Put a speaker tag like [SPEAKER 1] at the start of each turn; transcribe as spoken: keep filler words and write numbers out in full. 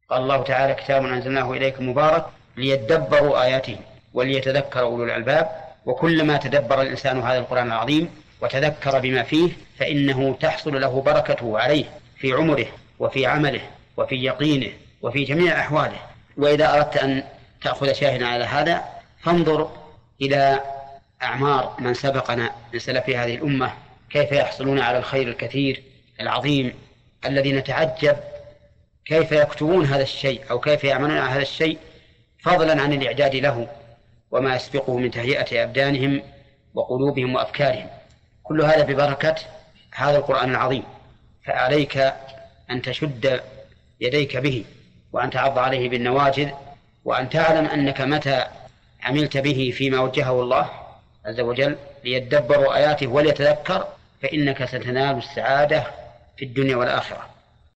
[SPEAKER 1] قال الله تعالى: كتاب أنزلناه إليك مبارك ليدبروا آياته وليتذكر أولو الألباب. وكلما تدبر الإنسان هذا القرآن العظيم وتذكر بما فيه فإنه تحصل له بركته عليه في عمره وفي عمله وفي يقينه وفي جميع أحواله. وإذا أردت أن تأخذ شاهدا على هذا فانظر إلى أعمار من سبقنا من سلف هذه الأمة كيف يحصلون على الخير الكثير العظيم الذي نتعجب كيف يكتبون هذا الشيء أو كيف يعملون على هذا الشيء، فضلا عن الإعداد له وما يسبقه من تهيئة أبدانهم وقلوبهم وأفكارهم. كل هذا ببركة هذا القرآن العظيم. فعليك أن تشد يديك به وأن تعض عليه بالنواجذ، وأن تعلم أنك متى عملت به فيما وجهه الله عز وجل ليدبروا آياته وليتذكر فإنك ستنال السعادة في الدنيا والآخرة.